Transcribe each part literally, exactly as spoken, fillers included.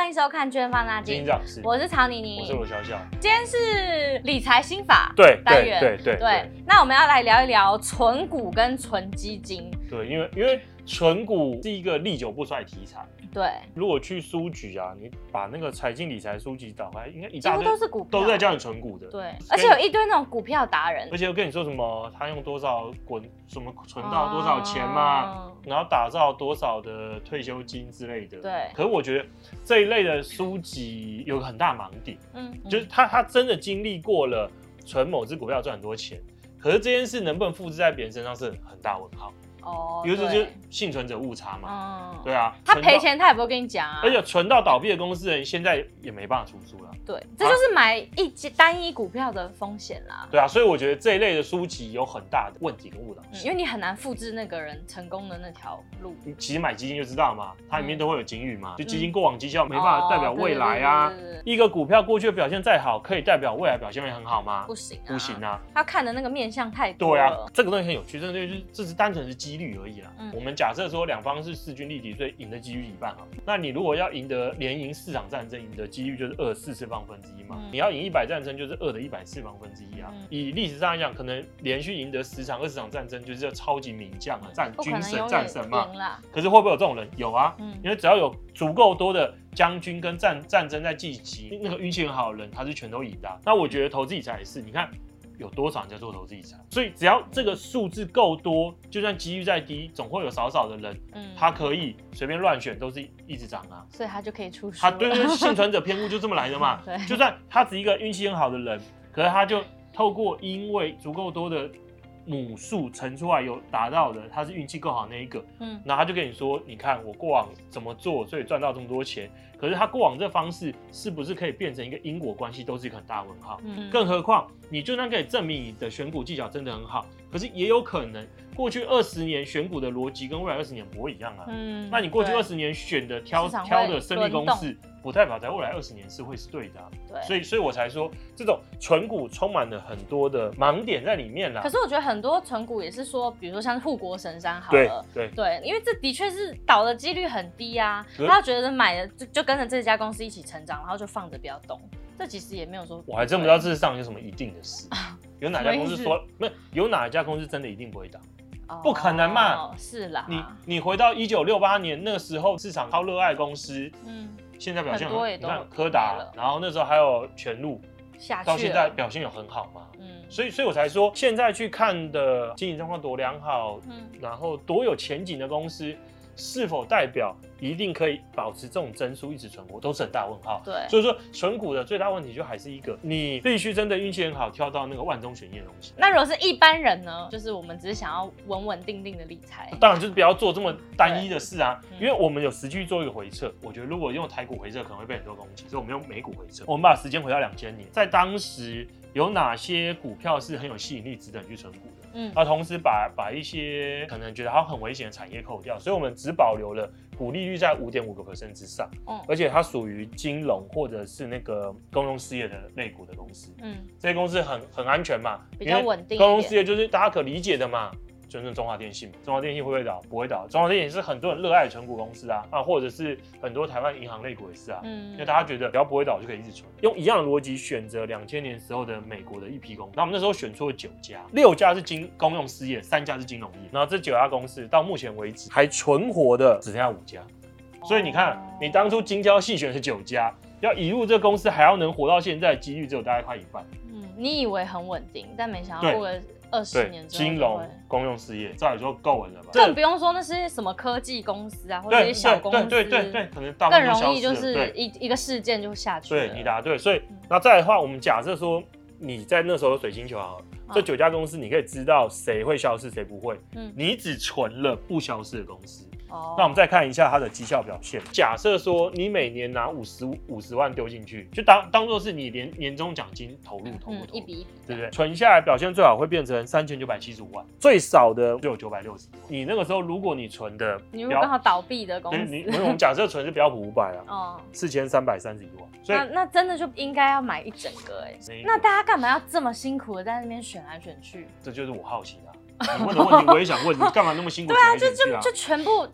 迎收看《捐放大镜》，我是曹妮妮， 我是罗小小。 今天是理财心法对单元， 对对 对, 对, 对。那我们要来聊一聊存股跟存基金。 对，因为因为存股是一个历久不衰的题材。 对， 如果去书局啊，你把那个财经理财书籍打开，应该一大堆都是股票， 都是在教你存股的。 对，而且有一堆那种股票达人， 而且我跟你说什么，他用多少滚什么存到多少钱嘛，哦、然后打造多少的退休金之类的。 对。 可是我觉得这一类的书籍有个很大盲点，嗯，就是他他真的经历过了存某只股票赚很多钱，可是这件事能不能复制在别人身上是很大问号。哦，比如说就是幸存者误差嘛，嗯，对啊， 他赔钱他也不会跟你讲啊， 而且存到倒闭的公司人现在也没办法出书了， 对，这就是买一单一股票的风险啦， 对啊，所以我觉得这一类的书籍有很大的问题跟误导、 嗯，因为你很难复制那个人成功的那条路。 你其实买基金就知道嘛，它里面都会有警语嘛，嗯、就基金过往绩效没办法代表未来啊，哦、一个股票过去的表现再好，可以代表未来表现会很好吗？ 不行、啊， 不行啊， 他看的那个面向太多了。 对啊，这个东西很有趣，真的就是这是单纯是几率而已啦。嗯、我们假设说两方是势均力敌，所以赢的几率一半好。那你如果要赢得连赢四场战争，赢的几率就是二四次方分之一嘛。嗯、你要赢一百战争，就是二的一百次方分之一啊。嗯、以历史上来讲，可能连续赢得十场、二十场战争，就是要超级名将啊，战军神、战神嘛。可是会不会有这种人？有啊，嗯、因为只要有足够多的将军跟战战争在聚集，那个运气很好的人，他是全都赢的、啊。那我觉得投资理财也是，你看。有多少人在做投资理财？所以只要这个数字够多，就算几率再低，总会有少少的人，嗯，他可以随便乱选，都是一直涨啊。 所以他就可以出书。 他对对，幸存者偏误就这么来的嘛。对，就算他只是一个运气很好的人，可是他就透过因为足够多的母数乘出来有达到的，他是运气够好的那一个，嗯，然后他就跟你说，你看我过往怎么做，所以赚到这么多钱。可是他过往这方式是不是可以变成一个因果关系，都是一个很大的问号。嗯，更何况你就算可以证明你的选股技巧真的很好，可是也有可能过去二十年选股的逻辑跟未来二十年不会一样啊。嗯，那你过去二十年选的挑挑的胜利公式，不代表在未来二十年是会是对的、啊。对，所以所以我才说这种存股充满了很多的盲点在里面啦。 可是我觉得很多存股也是说，比如说像护国神山好了， 对对对，因为这的确是倒的几率很低啊。他觉得买了就就跟着这家公司一起成长，然后就放着不要动。这其实也没有说， 我还真不知道这世上有什么一定的事，有哪家公司说没有？有哪一家公司真的一定不会倒？哦、不可能嘛！ 哦、是啦， 你你回到一九六八年那个时候，市场超热爱公司，嗯，现在表现很好，你看柯达，然后那时候还有全路， 下去到现在表现有很好嘛？嗯，所以所以我才说，现在去看的经营状况多良好，嗯，然后多有前景的公司。是否代表一定可以保持这种增速一直存活，都是很大问号。 对， 所以说存股的最大问题就还是一个，你必须真的运气很好，挑到那个万中选一的东西。 那如果是一般人呢？就是我们只是想要稳稳定定的理财， 当然就是不要做这么单一的事啊。因为我们有实际做一个回测，我觉得如果用台股回测可能会被很多攻击，所以我们用美股回测。我们把时间回到两千年，在当时有哪些股票是很有吸引力，值得你去存股的？嗯，而同时把把一些可能觉得它很危险的产业扣掉，所以我们只保留了股利率在五点五个 percent 之上，嗯，而且它属于金融或者是那个公用事业的类股的公司，嗯，这些公司很很安全嘛， 比较稳定。 公用事业就是大家可理解的嘛。就是中华电信，中华电信会不会倒？不会倒。中华电信是很多人热爱的存股公司啊，啊，或者是很多台湾银行类股也是啊，嗯，因为大家觉得只要不会倒就可以一直存。用一样的逻辑选择两千年时候的美国的一批公司，那我们那时候选出了九家，六家是金公用事业，三家是金融业，然后这九家公司到目前为止还存活的只剩下五家，所以你看，你当初精挑细选是九家，要移入这个公司还要能活到现在，几率只有大概快一半。嗯， 你以为很稳定，但没想到过了二十年之后， 金融、公用事业，照理说够稳了吧？ 更不用说那些什么科技公司啊，或者一些小公司， 对对对对，可能大更容易就是一一个事件就下去了。 对，你答对。所以那再来的话，我们假设说你在那时候有水晶球好了，这九家公司你可以知道谁会消失，谁不会。嗯，你只存了不消失的公司。哦，那我们再看一下它的绩效表现。假设说你每年拿五十五十万丢进去，就当当做是你年年终奖金投入投入投入， 一笔一笔， 对不对？存下来表现最好会变成三千九百七十五万，最少的就有九百六十万。你那个时候如果你存的， 你如果刚好倒闭的公司， 你我们假设存是标普五百啊，哦，四千三百三十一万。所以那那真的就应该要买一整个哎、欸，那大家干嘛要这么辛苦的在那边选来选去？ 这就是我好奇的、啊。你问的问题我也想问，你干嘛那么辛苦、啊？ 对啊，就就就全部就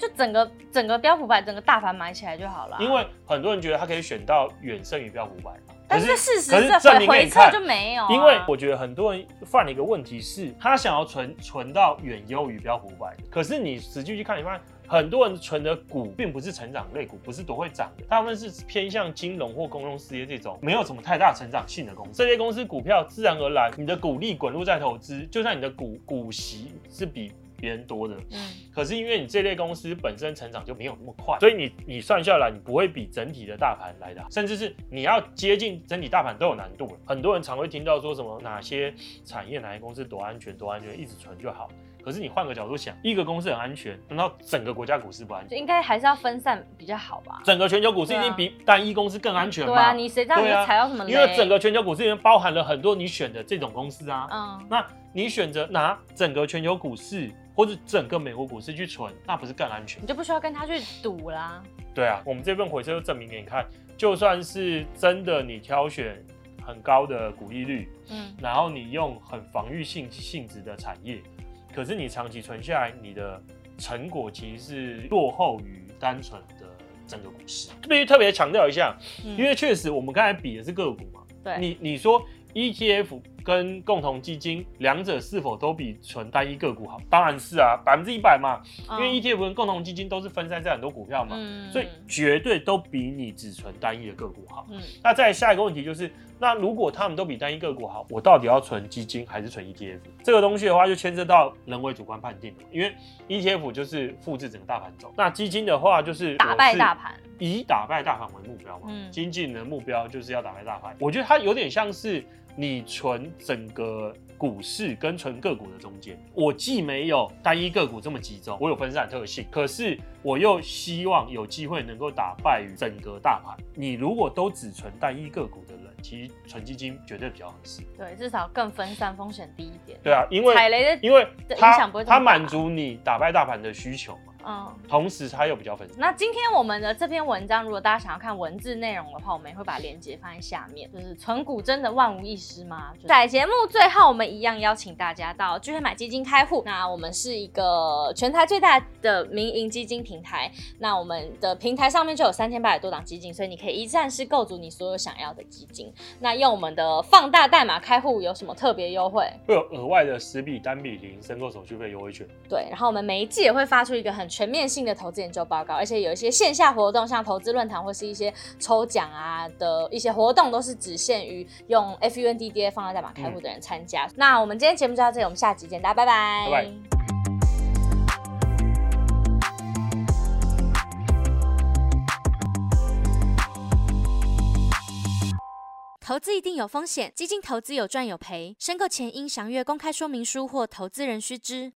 就整个整个标普百整个大盘买起来就好了。 因为很多人觉得他可以选到远胜于标普百。 但是事实可是证明给你看就没有、啊。 因为我觉得很多人犯了一个问题是，他想要存存到远优于标普百，可是你实际去看，你发现很多人存的股并不是成长类股，不是多会涨的，大部分是偏向金融或公用事业这种没有什么太大成长性的公司。这些公司股票自然而然，你的股利滚入再投资，就算你的股股息是比别人多的，嗯，可是因为你这类公司本身成长就没有那么快，所以你你算下来，你不会比整体的大盘来的好，甚至是你要接近整体大盘都有难度了。很多人常会听到说什么哪些产业、哪些公司多安全、多安全，一直存就好。可是你换个角度想，一个公司很安全，难道整个国家股市不安全？ 应该还是要分散比较好吧？ 整个全球股市一定比单一公司更安全嘛？ 对啊，你谁知道你踩到什么雷？ 因为整个全球股市里面包含了很多你选的这种公司啊。嗯，那你选择拿整个全球股市或者整个美国股市去存，那不是更安全？ 你就不需要跟他去赌啦。 对啊，我们这份回测就证明给你看，就算是真的你挑选很高的股利率，嗯，然后你用很防御性性质的产业。可是你长期存下来，你的成果其实是落后于单纯的整个股市。必须特别强调一下，嗯、因为确实我们刚才比的是个股嘛。 对， 你你说 E T F 跟共同基金两者是否都比纯单一个股好？当然是啊，百分之一百嘛。因为 E T F 跟共同基金都是分散在很多股票嘛，嗯、所以绝对都比你只存单一的个股好。嗯、那再来下一个问题就是，那如果他们都比单一个股好，我到底要存基金还是存 E T F？ 这个东西的话，就牵涉到人为主观判定了。因为 E T F 就是复制整个大盘走，那基金的话就是打败大盘， 以打败大盘为目标嘛。嗯，经纪人的目标就是要打败大盘。我觉得它有点像是你存整个股市跟存个股的中间，我既没有单一个股这么集中，我有分散特性，可是我又希望有机会能够打败于整个大盘。你如果都只存单一个股的人，其实存基金绝对比较合适。 对，至少更分散，风险低一点。 对啊，因为踩雷的因为影响不会这么大， 它满足你打败大盘的需求嘛。嗯，同时它又比较分散。 那今天我们的这篇文章，如果大家想要看文字内容的话，我们也会把链接放在下面。就是存股真的万无一失吗？在节目最后，我们一样邀请大家到钜惠买基金开户。那我们是一个全台最大的民营基金平台。那我们的平台上面就有三千八百多档基金，所以你可以一站式购足你所有想要的基金。那用我们的放大代码开户有什么特别优惠？ 会有额外的十笔单笔零申购手续费优惠券。 对，然后我们每一季也会发出一个很全面性的投资研究报告，而且有一些线下活动，像投资论坛或是一些抽奖啊的一些活动，都是只限于用 F U N D D A 放大代码开户的人参加。嗯、那我们今天节目就到这里，我们下集见，大家拜拜。 拜拜。 投资一定有风险，基金投资有赚有赔，申购前应详阅公开说明书或投资人须知。